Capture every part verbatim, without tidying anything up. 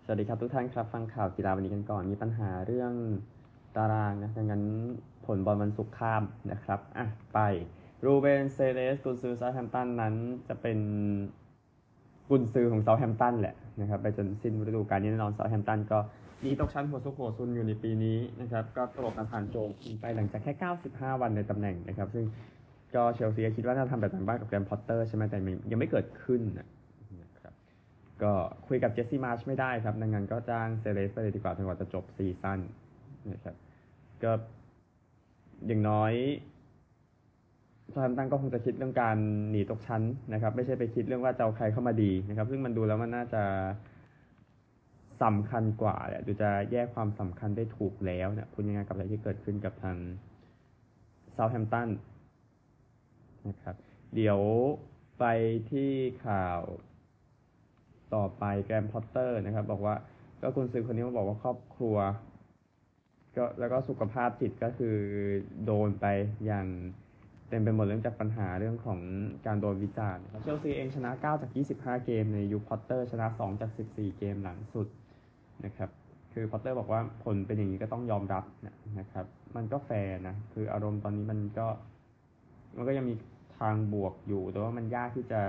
สวัสดีครับทุกท่านครับฟังข่าวกีฬาวันนี้กันก่อนมีปัญหาเรื่องตารางนะดังนั้นผลบอลวันศุกร์ข้ามนะครับอ่ะไปรูเบนเซเดสกุนซือเซาท์แฮมป์ตันนั้นจะเป็นกุนซือของเซาท์แฮมป์ตันแหละนะครับไปจนสิ้นฤดูกาลนี้แน่นอนเซาท์แฮมป์ตันก็หนีตกชั้นหัวซุกหัวซุนอยู่ในปีนี้นะครับก็ตกกันผ่านโจมไปหลังจากแค่เก้าสิบห้าวันในตำแหน่งนะครับซึ่งก็เชลซีคิดว่าน่าทำแบบนั้นบ้างกับแกรมพอตเตอร์ใช่ไหมแต่ยังไม่เกิดขึ้นนะครับก็คุยกับเจสซี่มาร์ชไม่ได้ครับดังนั้นก็จ้างเซเลสไปเลยดีกว่าจนกว่าจะจบซีซั่นนะครับก็อย่างน้อยซาแฮมป์ตันก็คงจะคิดเรื่องการหนีตกชั้นนะครับไม่ใช่ไปคิดเรื่องว่าจะเอาใครเข้ามาดีนะครับซึ่งมันดูแล้วมันน่าจะสำคัญกว่าแหละดูจะแยกความสำคัญได้ถูกแล้วเนี่ยพูดง่ายๆกับอะไรที่เกิดขึ้นกับทางเซาท์แฮมป์ตันนะครับเดี๋ยวไปที่ข่าวต่อไปแกรมพอตเตอร์นะครับบอกว่าก็กุนซือคนนี้มาบอกว่าครอบครัวก็แล้วก็สุขภาพจิตก็คือโดนไปอย่างเต็มไปหมดเรื่องจากปัญหาเรื่องของการโดนวิจารณ์เชลซีเองชนะเก้าจากยี่สิบห้าเกมในยุคพอตเตอร์ชนะสองจากสิบสี่เกมหลังสุดนะครับคือพอตเตอร์บอกว่าผลเป็นอย่างนี้ก็ต้องยอมรับนะครับมันก็แฟร์นะคืออารมณ์ตอนนี้มันก็มันก็ยังมีทางบวกอยู่แต่ว่ามันยากที่จะ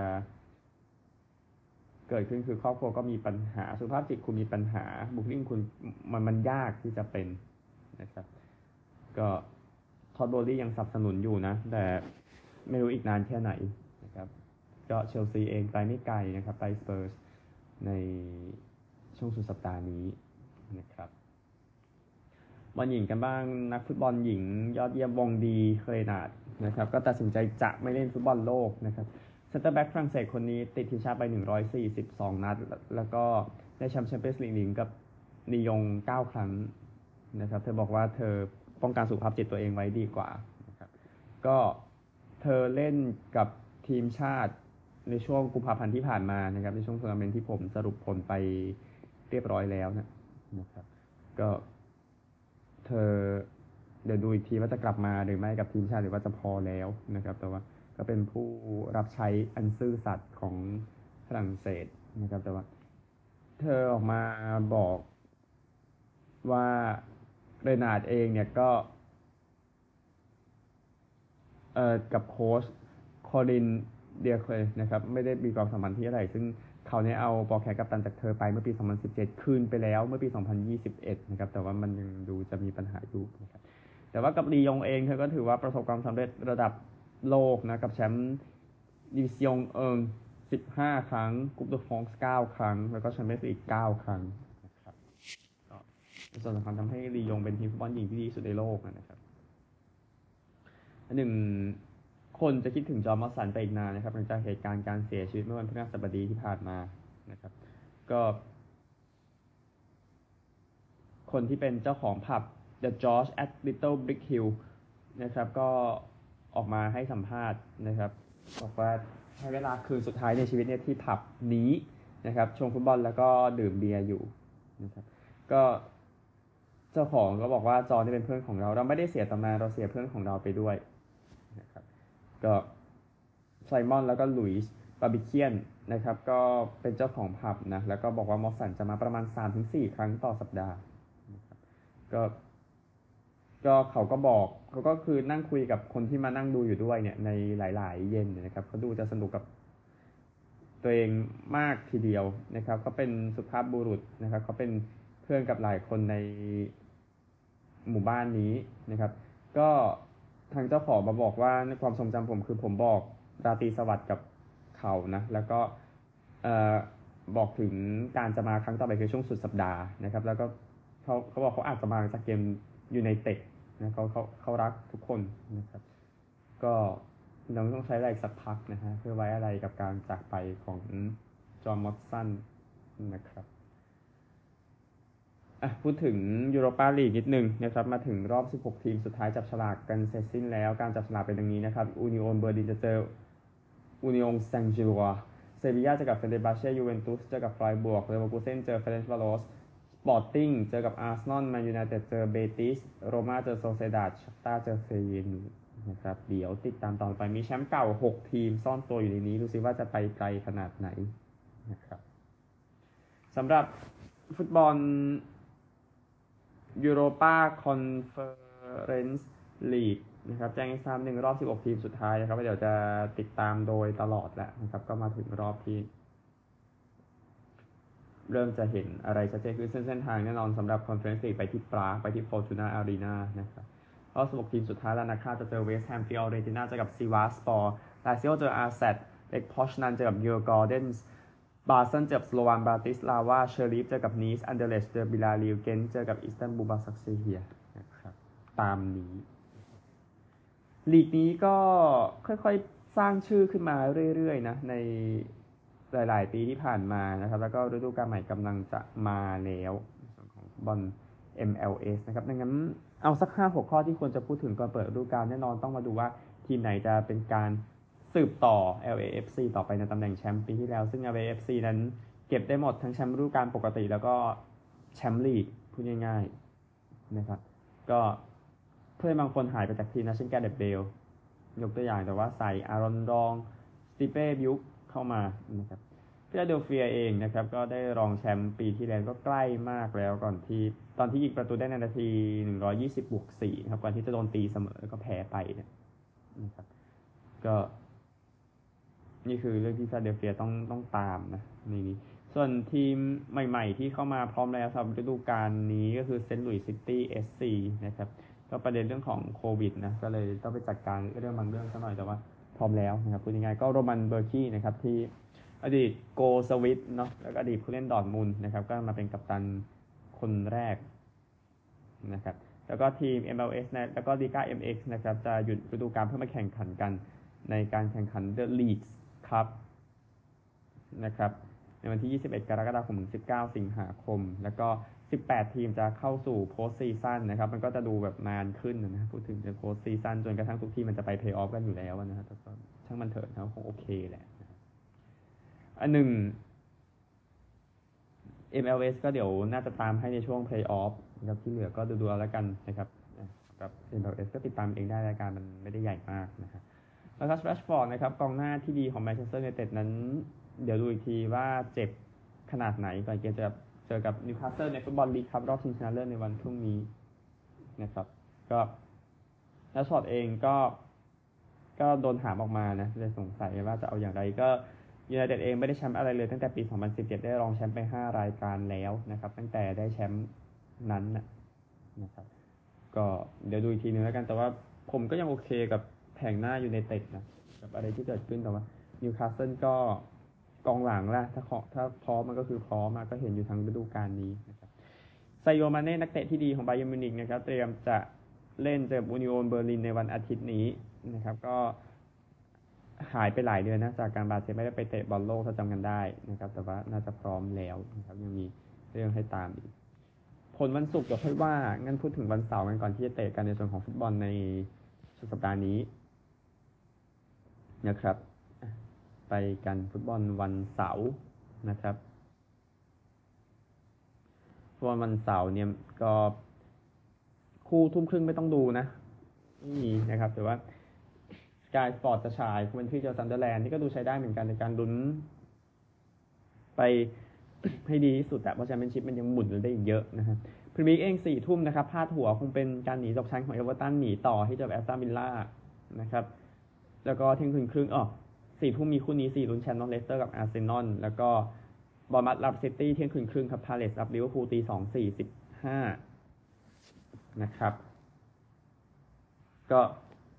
เกิดขึ้นคือครอบครัวก็มีปัญหาสุขภาพจิตคุณมีปัญหาบุคลิกคุณมันมันยากที่จะเป็นนะครับก็ทอดโบลี่ยังสนับสนุนอยู่นะแต่ไม่รู้อีกนานแค่ไหนนะครับก็เชลซีเองไปไม่ไกลนะครับไปสเปอร์สในช่วงสุดสัปดาห์นี้นะครับบอลหญิงกันบ้างนักฟุตบอลหญิงยอดเยี่ยมวงดีเครนาดนะครับก็ตัดสินใจจะไม่เล่นฟุตบอลโลกนะครับเซนเตอร์แบ็กฝรั่งเศสคนนี้ติดทีมชาติไปหนึ่งร้อยสี่สิบสองนัดแล้วก็ได้แชมป์แชมเปี้ยนส์ลีกกับลียงเก้าครั้งนะครับเธอบอกว่าเธอป้องกันสุขภาพจิตตัวเองไว้ดีกว่านะครับก็เธอเล่นกับทีมชาติในช่วงกุมภาพันธ์ที่ผ่านมานะครับในช่วงทัวร์นาเมนต์ที่ผมสรุปผลไปเรียบร้อยแล้วนะครับก็เธอเดี๋ยวดูอีกทีว่าจะกลับมาหรือไม่กับทีมชาติหรือว่าจะพอแล้วนะครับแต่ว่าก็เป็นผู้รับใช้อันซื่อสัตย์ของฝรั่งเศสนะครับแต่ว่าเธอออกมาบอกว่าเรนาร์ดเองเนี่ยก็เอ่อกับโค้ชคอลินเดียเคยนะครับไม่ได้มีความสัมพันธ์ที่อะไรซึ่งเขาเนี่ยเอาบอลแคร์กัปตันจากเธอไปเมื่อปีสองพันสิบเจ็ดคืนไปแล้วเมื่อปีสองพันยี่สิบเอ็ดนะครับแต่ว่ามันยังดูจะมีปัญหาอยู่นะครับแต่ว่ากับลียงเองเธอก็ถือว่าประสบความสำเร็จระดับโลกนะกับแชมป์ดิวิซิองเอิงสิบห้าครั้งกุ๊ปเดอฟองส์เก้าครั้งแล้วก็แชมเปี้ยนส์ลีกเก้าครั้งนะครับก็ส่วนสำคัญทำให้ลียงเป็นทีมฟุตบอลหญิงที่ดีที่สุดในโลกนะครับอันหนึ่งคนจะคิดถึงจอห์น มอสสันไปอีกนานนะครับหลังจากเหตุการณ์การเสียชีวิตเมื่อวันพฤหัสบดีที่ผ่านมานะครับก็คนที่เป็นเจ้าของผับ The George at Little Brick Hill นะครับก็ออกมาให้สัมภาษณ์นะครับบอกว่าให้เวลาคืนสุดท้ายในชีวิตเนี่ยที่ผับนี้นะครับชมฟุตบอลแล้วก็ดื่มเบียร์อยู่นะครับก็เจ้าของก็บอกว่าจอห์นนี่เป็นเพื่อนของเราเราไม่ได้เสียตำนานเราเสียเพื่อนของเราไปด้วยนะครับก็ไซมอนแล้วก็ลุยส์บาบิเคียนนะครับก็เป็นเจ้าของผับนะแล้วก็บอกว่ามอสสันจะมาประมาณ สามถึงสี่ ครั้งต่อสัปดาห์นะครับก็ก็เขาก็บอกเขาก็คือนั่งคุยกับคนที่มานั่งดูอยู่ด้วยเนี่ยในหลายๆเย็นนะครับเขาดูจะสนุกกับตัวเองมากทีเดียวนะครับเขาเป็นสุภาพบุรุษนะครับเขาเป็นเพื่อนกับหลายคนในหมู่บ้านนี้นะครับก็ทางเจ้าของมาบอกว่าในความทรงจำผมคือผมบอกราตรีสวัสดิ์กับเขานะแล้วก็เอ่อบอกถึงการจะมาครั้งต่อไปคือช่วงสุดสัปดาห์นะครับแล้วก็เขาเขาบอกเขาอาจจะมาจากเกมยูไนเต็ดนะเขาเขาเขารักทุกคนนะครับก็เราต้องใช้อะไรสักพักนะฮะเพื่อไว้อะไรกับการจากไปของจอห์น มอสสันนะครับอ่ะพูดถึงยูโรปาลีกนิดนึงนะครับมาถึงรอบสิบหกทีมสุดท้ายจับฉลากกันเสร็จสิ้นแล้วการจับฉลากเป็นดังนี้นะครับอูนิโอนเบอร์ลินจะเจออูนิโอนแซงต์จิลัวเซบีย่าเจอกับเฟเนร์บัชเช่ยูเวนตุสเจอกับไฟบวกเลเวอร์คูเซ่นเจอเฟเรนซ์วาโรสสปอร์ติ้งเจอกับอาร์เซนอลแมนยูไนเต็ดเจอเบติสโรม่าเจอโซเซดาดชักตาเจอเฟเยนูนะครับเดี๋ยวติดตามต่อไปมีแชมป์เก่าหกทีมซ่อนตัวอยู่ในนี้ดูซิว่าจะไปไกลขนาดไหนนะครับสำหรับฟุตบอลยูโรปาคอนเฟอเรนซ์ลีกนะครับแจ้งให้ทราบหนึ่งรอบสิบหกทีมสุดท้ายนะครับเดี๋ยวจะติดตามโดยตลอดแหละนะครับก็มาถึงรอบที่เริ่มจะเห็นอะไรชัดเจนคือเส้นทางแน่นอนสำหรับคอนเฟอเรนซ์ลีกไปที่ปรากไปที่ฟอร์จูน่าอารีนานะครับรอบสิบหกทีมสุดท้ายแล้วนะครับจะเจอเวสต์แฮมฟิออเรนติน่าเจอกับซีวาสปอร์ลาซิโอเจออาร์เซตเล็กพอชนันเจอกับเยอร์กอร์เดนส์บาซันเจอกับสโลวานบราติสลาวาเชอริฟเจอกับนีสอันเดอร์เลชเจอบิลาริวเกนเจอกับอิสตันบูลบาซักเซเฮียนะครับตามนี้ลีกนี้ก็ค่อยๆสร้างชื่อขึ้นมาเรื่อยๆนะในหลายๆปีที่ผ่านมานะครับแล้วก็ฤดูกาลใหม่กำลังจะมาแล้วในส่วนของบอล เอ็ม แอล เอส นะครับดังนั้นเอาสักห้าหกข้อที่ควรจะพูดถึงก่อนเปิดฤดูกาลแน่นอนต้องมาดูว่าทีมไหนจะเป็นการสืบต่อ แอล เอ เอฟ ซี ต่อไปในตำแหน่งแชมป์ปีที่แล้วซึ่ง แอล เอ เอฟ ซี นั้นเก็บได้หมดทั้งแชมป์ฤดูกาลปกติแล้วก็แชมป์ลีกพูดง่ายๆนะครับก็เพื่อนบางคนหายไปจากทีมนะเช่นแกเดบเบลยกตัวอย่างแต่ว่าใส่อารอนรองสติเป้บิวเข้ามานะครับฟิลาเดลเฟียเองนะครับก็ได้รองแชมป์ปีที่แล้วก็ใกล้มากแล้วก่อนที่ตอนที่ยิงประตูได้ในนาทีหนึ่งร้อยยี่สิบบวกสี่นะครับก่อนที่จะโดนตีเสมอแล้วก็แพ้ไปนะครับก็นี่คือเรื่องที่ฟิลาเดลเฟียต้องต้องตามนะในนี้ส่วนทีมใหม่ๆที่เข้ามาพร้อมแล้วสำหรับฤดูกาลนี้ก็คือเซนต์หลุยส์ซิตี้ เอส ซี นะครับก็ประเด็นเรื่องของโควิดนะก็เลยต้องไปจัดการเรื่องบางเรื่องซะหน่อยแต่ว่าพร้อมแล้วนะครับพูดง่ายๆก็โรมันเบอร์กี้นะครับที่อดีตโกสวิตเนาะแล้วก็อดีตผู้เล่นดอร์ทมุนด์นะครับก็มาเป็นกัปตันคนแรกนะครับแล้วก็ทีม เอ็ม แอล เอส นะแล้วก็ลีก้า เอ็ม เอ็กซ์ นะครับจะหยุดฤดูกาลเพื่อมาแข่งขันกันในการแข่งขัน The Leagues Cup นะครับในวันที่ยี่สิบเอ็ดกรกฎาคมถึงสิบเก้าสิงหาคมแล้วก็สิบแปดทีมจะเข้าสู่โพสต์ซีซั่นนะครับมันก็จะดูแบบนานขึ้นนะพูดถึงจะโพสต์ซีซั่นจนกระทั่งทุกทีมมันจะไปเพลย์ออฟกันอยู่แล้วนะครับแต่ก็ช่างมันเถอะนะคงโอเคแหละอันหนึ่ง เอ็ม แอล เอส ก็เดี๋ยวน่าจะตามให้ในช่วงเพลย์ออฟนะครับที่เหลือก็ดูๆแล้วกันนะครับกับ เอ็ม แอล เอส ก็ติดตามเองได้รายการมันไม่ได้ใหญ่มากนะครับแล้วก็แรชฟอร์ดนะครับกองหน้าที่ดีของแมนเชสเตอร์ยูไนเต็ดนั้นเดี๋ยวดูอีกทีว่าเจ็บขนาดไหนก่อนเกมจะเจอกับนิวคาสเซิลในฟุตบอลลีกครับรอบชิงชนะเลิศในวันพรุ่งนี้นะครับก็แล้วช็อตเองก็ก็โดนถามออกมานะเลยสงสัยว่าจะเอาอย่างไรก็ยูไนเต็ดเองไม่ได้แชมป์อะไรเลยตั้งแต่ปีสองพันสิบเจ็ดได้รองแชมป์ไปห้ารายการแล้วนะครับตั้งแต่ได้แชมป์นั้นนะครับก็เดี๋ยวดูอีกทีนึงแล้วกันแต่ว่าผมก็ยังโอเคกับแผงหน้ายูไนเต็ดนะกับอะไรที่เกิดขึ้นแต่ว่านิวคาสเซิลก็กองหลังล่ะถ้าถ้าพร้อมมันก็คือพร้อมก็เห็นอยู่ทั้งฤดูกาลนี้นะครับไซโยมาเน่นักเตะที่ดีของบาเยิร์นมิวนิกนะครับเตรียมจะเล่นเจออูนิโอนเบอร์ลินในวันอาทิตย์นี้นะครับก็หายไปหลายเดือนนะจากการบาดเจ็บไม่ได้ไปเตะบอลโลกถ้าจำกันได้นะครับแต่ว่าน่าจะพร้อมแล้วนะครับยังมีเรื่องให้ตามอีกผลวันศุกร์เดี๋ยวค่อยว่างั้นพูดถึงวันเสาร์กันก่อนที่จะเตะกันในส่วนของฟุตบอลในสุดสัปดาห์นี้นะครับไปกันฟุตบอลวันเสาร์นะครับฟุตบอลวันเสาร์เนี่ยก็คู่ทุ่มครึ่งไม่ต้องดูนะไม่มีนะครับแต่ว่าสกายสปอร์ตจะฉายวันที่เจอซันเดอร์แลนด์นี่ก็ดูใช้ได้เหมือนกันในการลุ้นไปให้ดีที่สุดแต่เพราะแชมเปี้ยนชิพมันยังหมุนได้อีกเยอะนะฮะพรีเมียร์ลีกเองสี่ทุ่มนะครับพาดหัวคงเป็นการหนีตกชั้นของเอเวอร์ตันหนีต่อที่เจอแอสตันวิลล่านะครับแล้วก็เที่ยงคืนครึ่งอ๋อสี่ทุ่มมีคู่นี้สี่ลุ้นแชมป์นอตเลสเตอร์กับอาร์เซนอลแล้วก็บอร์มัธรับซิตี้เที่ยงคืนครึ่งครับพาเลสรับลิเวอร์พูลตีสองสี่สิบห้านะครับก็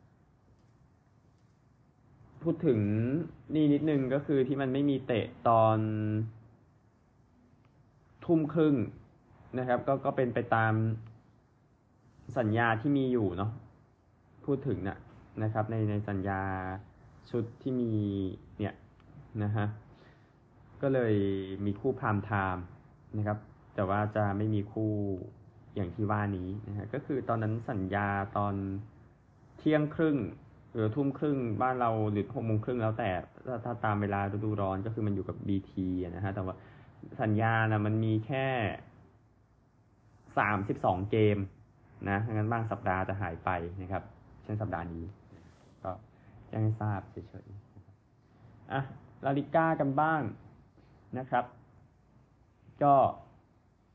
พูดถึงนี่นิดนึงก็คือที่มันไม่มีเตะตอนทุ่มครึ่งนะครับก็ก็เป็นไปตามสัญญาที่มีอยู่เนาะพูดถึงนะนะครับในในสัญญาชุดที่มีเนี่ยนะฮะก็เลยมีคู่พรามไทม์นะครับแต่ว่าจะไม่มีคู่อย่างที่ว่านี้นะฮะก็คือตอนนั้นสัญญาตอนเที่ยงครึ่งหรือทุ่มครึ่งบ้านเราหรือหกโมงครึ่งแล้วแต่ถ้าถ้าตามเวลาฤดูร้อนก็คือมันอยู่กับ บี ที นะฮะแต่ว่าสัญญานะมันมีแค่สามสิบสองเกมนะงั้นบางสัปดาห์จะหายไปนะครับเช่นสัปดาห์นี้ก็แจ้งให้ทราบเฉยๆอ่ะลาลิก้ากันบ้างนะครับก็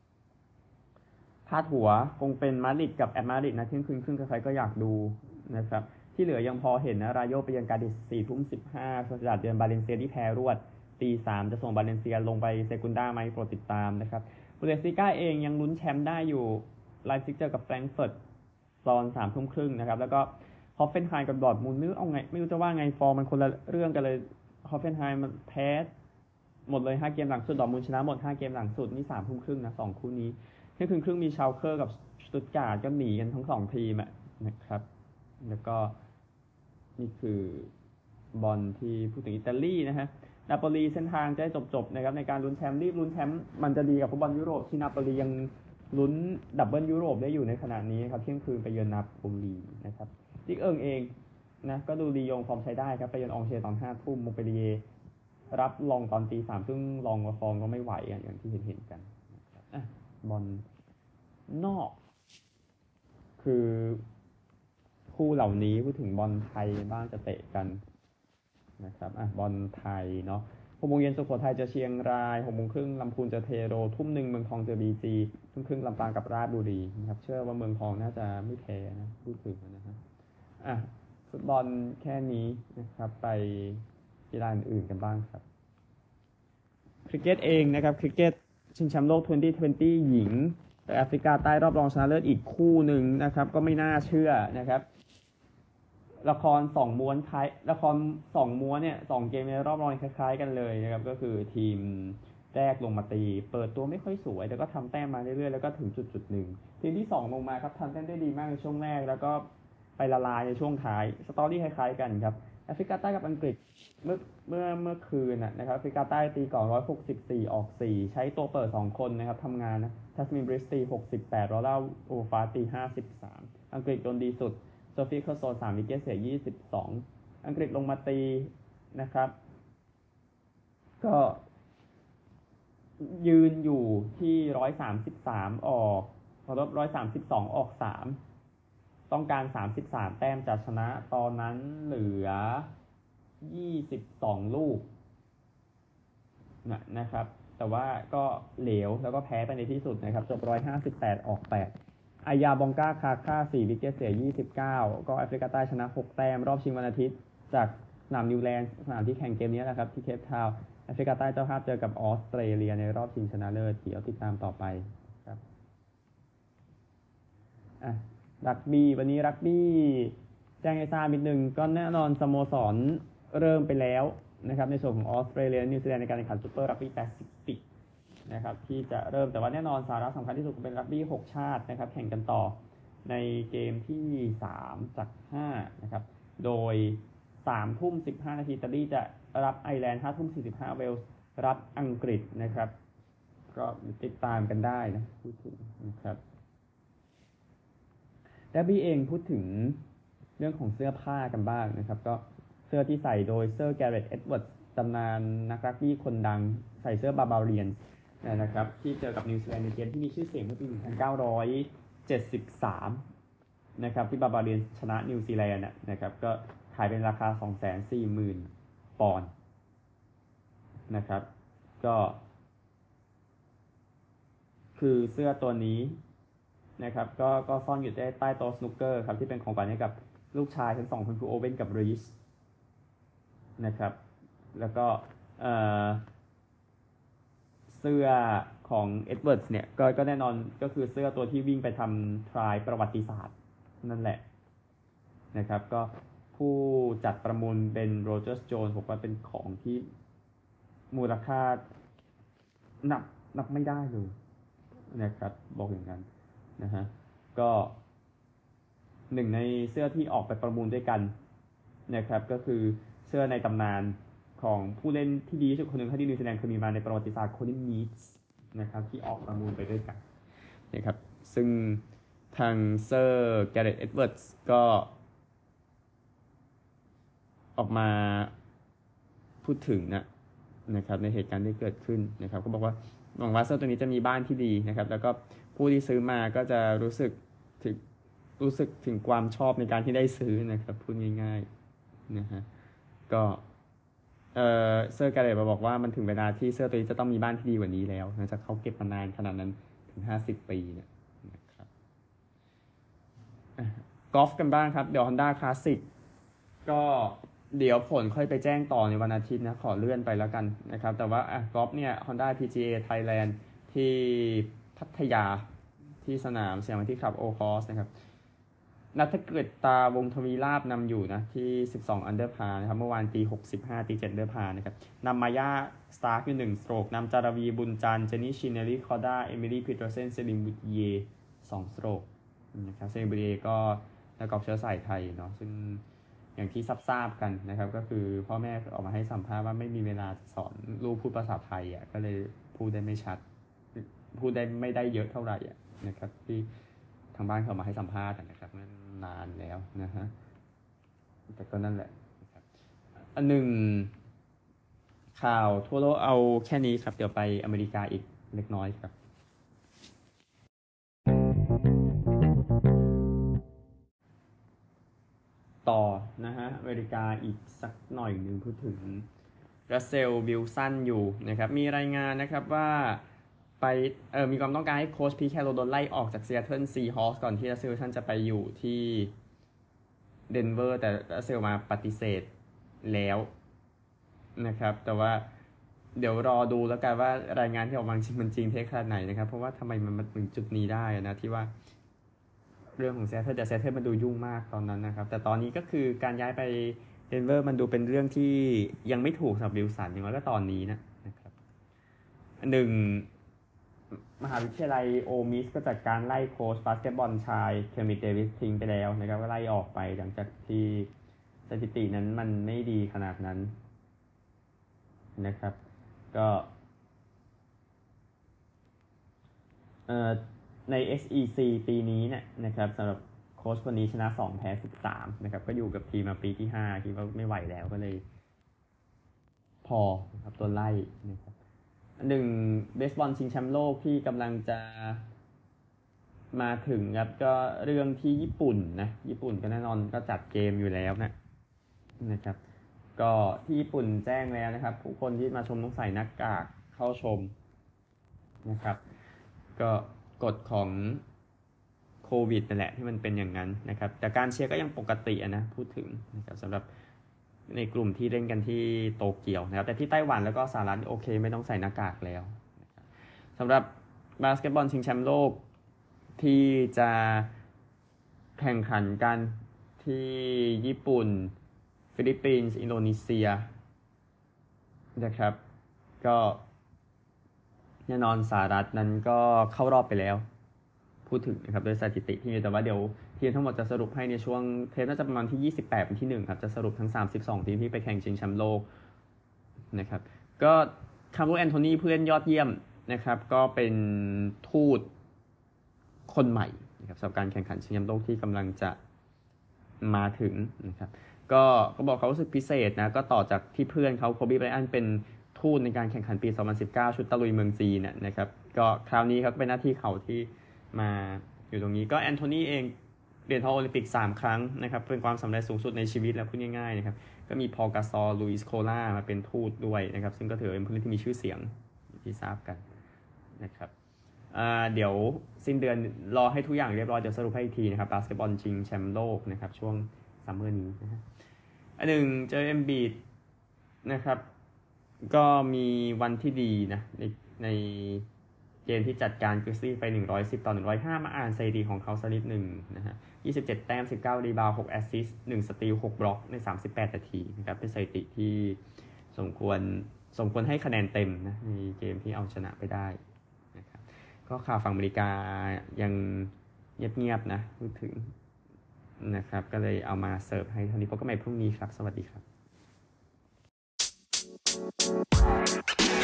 าดหัวคงเป็นมาดริดกับแอตมาดริดนะเที่ยงคืนครึ่งใครๆก็อยากดูนะครับที่เหลือยังพอเห็นนะรายโยไปยังการดิสสี่ทุ่มสิบห้าโซซิดาดเดือนบาเลนเซียที่แพ้รวดตีสามจะส่งบาเลนเซียลงไปเซกุนด้าไหมโปรดติดตามนะครับบูเดสลิก้าเองยังลุ้นแชมป์ได้อยู่ไลฟ์ซิกเจอกับแฟรงก์เฟิร์ตตอนสามทุ่มครึ่งนะครับแล้วก็ฮอฟเฟนไฮม์กับดอร์ทมุนด์ไม่รู้เอาไงไม่รู้จะว่าไงฟอร์มันคนละเรื่องกันเลยฮอฟเฟนไฮม์มันแพ้หมดเลยห้าเกมหลังสุดดอร์ทมุนด์ชนะหมดห้าเกมหลังสุดนี่สามทุ่มครึ่งนะสองคู่นี้เที่ยงคืนครึ่งมีชาลเคอร์กับสตุตการ์ดก็หนีกันทั้งสองทีมนะครับแล้วก็นี่คือบอลที่พูดถึงอิตาลีนะฮะนาโปลีเส้นทางจะได้จบๆนะครับในการลุ้นแชมป์รีบลุ้นแชมป์มันจะดีกับฟุตบอลยุโรปที่นาโปลียังลุ้นดับเบิลยุโรปได้อยู่ในขณะนี้ครับเที่ยงคืนไปเยือนนาโปลีนะครับลิกเอิงเองนะก็ดูลียงฟอร์มใช้ได้ครับไปเยือนองเชตอนห้าทุ่มโมเปลีเยรับลองตอนตีสามซึ่งลองกับฟองก็ไม่ไหวอย่างที่เห็นเห็นกันอ่ะบอลนอกคือคู่เหล่านี้พูดถึงบอลไทยบ้างจะเตะกันนะครับอ่ะบอลไทยเนาะหกโมงเย็นสุโขทัยจะเชียงรายหกโมงครึ่งลำพูนจะเทโรทุ่มหนึ่งเมืองทองเจอบีจีทุ่มครึ่งลำปางกับราชบุรีนะครับเชื่อว่าเมืองทองน่าจะไม่แพ้นะพูดถึงนะฮะอ่ะฟุตบอลแค่นี้นะครับไปกีฬาอื่นๆกันบ้างครับคริกเก็ตเองนะครับคริกเก็ตชิงแชมป์โลกยี่สิบยี่สิบหญิงแต่แอฟริกาใต้รอบรองชนะเลิศอีกคู่หนึ่งนะครับก็ไม่น่าเชื่อนะครับละครสองม้วนคล้ายละครสองม้วนเนี่ยสองเกมในรอบรองคล้ายๆกันเลยนะครับก็คือทีมแรกลงมาตีเปิดตัวไม่ค่อยสวยแต่ก็ทำแต้มมาเรื่อยๆแล้วก็ถึงจุดๆหนึ่งทีมที่สองลงมาครับทำแต้มได้ดีมากในช่วงแรกแล้วก็ไปละลายในช่วงท้ายสตอรี่คล้ายๆกันครับแอฟริกาใต้กับอังกฤษเมื่อเมื่อเมื่อคืนนะครับแอฟริกาใต้ตีก่อนหนึ่งร้อยหกสิบสี่ออกสี่ใช้ตัวเปิดสองคนนะครับทำงานนะทัสมินบริสตีหกสิบแปดรอล่าโอฟาตีห้าสิบสามอังกฤษโดนดีสุดโซฟีเคอร์โซสามวิกเก็ตเสียยี่สิบสองอังกฤษลงมาตีนะครับก็ยืนอยู่ที่หนึ่งร้อยสามสิบสามออกพอลบหนึ่งร้อยสามสิบสองออกสามต้องการสามสิบสามแต้มจะชนะตอนนั้นเหลือยี่สิบสองลูกนะนะครับแต่ว่าก็เหลวแล้วก็แพ้ไปในที่สุดนะครับจบหนึ่งร้อยห้าสิบแปดออกแปดอายาบองกาคาค่าสี่วิกเก็ตเสียยี่สิบเก้าก็แอฟริกาใต้ชนะหกแต้มรอบชิงวันอาทิตย์จากสนามนิวแลนด์สนามที่แข่งเกมนี้นะครับที่เคปทาวน์แอฟริกาใต้เจ้าภาพเจอกับออสเตรเลียในรอบชิงชนะเลิศเดี๋ยวติดตามต่อไปครับอ่ะรักบี้วันนี้รักบี้แจ้งให้ทราบนิดนึงก็แน่นอนสโมสรเริ่มไปแล้วนะครับในส่วนของออสเตรเลียนิวซีแลนด์ในการแข่งขันซูเปอร์รักบี้แปซิฟิกนะครับที่จะเริ่มแต่ว่าแน่นอนสาระสำคัญที่สุดเป็นรักบี้หกชาตินะครับแข่งกันต่อในเกมที่สามจากห้านะครับโดยสามทุ่มสิบห้านาทีอิตาลีจะรับไอร์แลนด์ห้าทุ่มสี่สิบห้าเวลส์รับอังกฤษนะครับก็ติดตามกันได้นะพูดถึงนะครับดับบี้เองพูดถึงเรื่องของเสื้อผ้ากันบ้างนะครับก็เสื้อที่ใส่โดยเซอร์แกเรตเอ็ดเวิร์ดตำนานนักรักบี้คนดังใส่เสื้อบาบาเรียนนะครับที่เจอกับนิวซีแลนด์ในเกมที่มีชื่อเสียงเมื่อปีหนึ่งพันเก้าร้อยเจ็ดสิบสามนะครับที่บาบาเรียนชนะนิวซีแลนด์นะครับก็ขายเป็นราคา สองแสนสี่หมื่น ปอนด์นะครับก็คือเสื้อตัวนี้นะครับก็ก็ซ่อนอยู่ใต้โต๊ะสนุกเกอร์ครับที่เป็นของขวัญให้กับลูกชายทั้งสองคนคือโอเว่นกับรีชนะครับแล้วก็เอ่อเสื้อของเอ็ดเวิร์ดเนี่ยก็ก็แน่นอนก็คือเสื้อตัวที่วิ่งไปทำทรายประวัติศาสตร์นั่นแหละนะครับก็ผู้จัดประมูลเป็นโรเจอร์สโจนส์บอกว่าเป็นของที่มูลค่านับนับไม่ได้เลยนะครับบอกอย่างนั้นนะฮะก็หนึ่งในเสื้อที่ออกไปประมูลด้วยกันนะครับก็คือเสื้อในตำนานของผู้เล่นที่ดีที่สุดคนหนึ่งที่นิวซีแลนด์เคยมีมาในประวัติศาสตร์โคลินนีดส์นะครับที่ออกประมูลไปด้วยกันนะครับซึ่งทางเซอร์แกเรตเอ็ดเวิร์ดส์ก็ออกมาพูดถึงนะนะครับในเหตุการณ์ที่เกิดขึ้นนะครับก็บอกว่าหวังว่าเสื้อตัวนี้จะมีบ้านที่ดีนะครับแล้วก็ผู้ที่ซื้อมาก็จะรู้สึกถึงรู้สึกถึงความชอบในการที่ได้ซื้อนะครับพูดง่ายๆนะฮะก็เอ่อเซอร์แกเรตมาบอกว่ามันถึงเวลาที่เสื้อตัวนี้จะต้องมีบ้านที่ดีกว่านี้แล้วหลังจากเขาเก็บมานานขนาดนั้นถึงห้าสิบปีเนี่ยนะครับกอล์ฟกันบ้างครับเดี๋ยว Honda Classic ก็เดี๋ยวผลค่อยไปแจ้งต่อในวันอาทิตย์นะขอเลื่อนไปแล้วกันนะครับแต่ว่าอ่ะกอล์ฟเนี่ย Honda พี จี เอ Thailand ที่พัทยาที่สนามสยามที่คลับโอคอสนะครับนัทเกิดตาวงทวีราบนำอยู่นะที่สิบสองอันเดอร์พานะครับเมื่อวานตีหกสิบห้าตีเจ็ดอันเดอร์พานะครับนำมายาสตาร์กอยู่หนึ่งสโตรกนำจารวีบุญจันทร์เจนนี่ชินเนลลี่คอด้าเอมิลี่พีเตอร์เซนเซลินบุตเยสองสโตรกนะครับเซลินบุตเยก็นักกอล์ฟเชื้อสายไทยเนาะซึ่งอย่างที่ทราบๆกันนะครับก็คือพ่อแม่ออกมาให้สัมภาษณ์ว่าไม่มีเวลาสอนลูกพูดภาษาไทยอ่ะก็เลยพูดได้ไม่ชัดพูดได้ไม่ได้เยอะเท่าไหร่อ่ะนะครับที่ทางบ้านเขามาให้สัมภาษณ์นะครับนั่นนานแล้วนะฮะแต่ก็นั่นแหละนะครับอันหนึ่งข่าวทั่วโลกเอาแค่นี้ครับเดี๋ยวไปอเมริกาอีกเล็กน้อยครับต่อนะฮะอเมริกาอีกสักหน่อยหนึ่งพูดถึงรัสเซลวิลสันอยู่นะครับมีรายงานนะครับว่าไปเออมีความต้องการให้โค้ชพีแคโรโดนไล่ออกจากซีแอตเทิลซีฮอคส์ก่อนที่รัสเซลวิลสันจะไปอยู่ที่เดนเวอร์แต่รัสเซลมาปฏิเสธแล้วนะครับแต่ว่าเดี๋ยวรอดูแล้วกันว่ารายงานที่ออกมาจริงมันจริงเท็จขนาดไหนนะครับเพราะว่าทำไมมันมาถึงจุดนี้ได้นะที่ว่าเรื่องของแซทเทิลแต่แซทเทิลมันดูยุ่งมากตอนนั้นนะครับแต่ตอนนี้ก็คือการย้ายไปเดนเวอร์มันดูเป็นเรื่องที่ยังไม่ถูกสำหรับวิลสันอย่างน้อยก็ตอนนี้นะนะครับหนึ่งมหาวิทยาลัยโอมิสก็จัดการไล่โค้ชบาสเกตบอลชายเคมิเดวิสทิ้งไปแล้วนะครับก็ไล่ออกไปหลังจากที่สถิตินั้นมันไม่ดีขนาดนั้นนะครับก็เอ่อใน เอส อี ซี ปีนี้เนี่ยนะครับสำหรับโค้ชคนนี้ชนะสองแพ้สิบสามนะครับก็อยู่กับทีมมาปีที่ห้าคิดว่าไม่ไหวแล้วก็เลยพอครับตัวไล่นะครับหนึ่งเบสบอลชิงแชมป์โลกที่กำลังจะมาถึงครับก็เรื่องที่ญี่ปุ่นนะญี่ปุ่นก็แน่นอนก็จัดเกมอยู่แล้วนะนะครับก็ที่ญี่ปุ่นแจ้งแล้วนะครับผู้คนที่มาชมต้องใส่หน้ากากเข้าชมนะครับก็กฎของโควิดนั่นแหละที่มันเป็นอย่างนั้นนะครับแต่การเชียร์ก็ยังปกตินะพูดถึงนะครับสำหรับในกลุ่มที่เล่นกันที่โตเกียวนะครับแต่ที่ไต้หวันแล้วก็สหรัฐโอเคไม่ต้องใส่หน้ากากแล้วนะครับสำหรับบาสเกตบอลชิงแชมป์โลกที่จะแข่งขันกันที่ญี่ปุ่นฟิลิปปินส์อินโดนีเซียนะครับก็แน่นอนสหรัฐนั้นก็เข้ารอบไปแล้วพูดถึงนะครับโดยสถิติที่มีแต่ว่าเดี๋ยวทีมทั้งหมดจะสรุปให้ในช่วงเทปน่าจะประมาณที่ยี่สิบแปดเป็นที่หนึ่งครับจะสรุปทั้งสามสิบสองทีมที่ไปแข่งชิงแชมป์โลกนะครับก็คาร์โลแอนโทนีผู้เล่นยอดเยี่ยมนะครับก็เป็นทูตคนใหม่นะครับสำหรับการแข่งขันชิงแชมป์โลกที่กำลังจะมาถึงนะครับก็เขาบอกเขารู้สึกพิเศษนะก็ต่อจากที่เพื่อนเขาโคบีไบรอันเป็นทูตในการแข่งขันปีสองพันสิบเก้าชุดตะลุยเมืองจีนนะครับก็คราวนี้เขาเป็นหน้าที่เขาที่มาอยู่ตรงนี้ก็แอนโทนีเองเหรียญทองโอลิมปิกสามครั้งนะครับเป็นความสำเร็จสูงสุดในชีวิตแล้วพูดง่ายๆนะครับก็มีพอลกาซอลลุยส์โคล่ามาเป็นทูตด้วยนะครับซึ่งก็ถือเป็นผู้เล่นที่มีชื่อเสียงที่ทราบกันนะครับเดี๋ยวสิ้นเดือนรอให้ทุกอย่างเรียบร้อยเดี๋ยวสรุปให้อีกทีนะครับบาสเกตบอลชิงแชมป์โลกนะครับช่วงซัมเมอร์นี้นะฮะอันหนึ่งเจอเอ็มบีดนะครับก็มีวันที่ดีนะในในเกมที่จัดการกริซลี่ไปหนึ่งร้อยสิบต่อหนึ่งร้อยห้ามาอ่านสถิติของเขาสักนิดหนึ่งนะฮะยี่สิบเจ็ดแต้มสิบเก้ารีบาวด์หกแอสซิสต์หนึ่งสตีลหกบล็อกในสามสิบแปดนาทีนะครับเป็นสถิติที่สมควรสมควรให้คะแนนเต็มนะในเกมที่เอาชนะไปได้นะครับก็ข่าวฝั่งอเมริกายังเงียบๆนะพูดถึงนะครับก็เลยเอามาเสิร์ฟให้เท่านี้พบกันใหม่พรุ่งนี้ครับสวัสดีครับ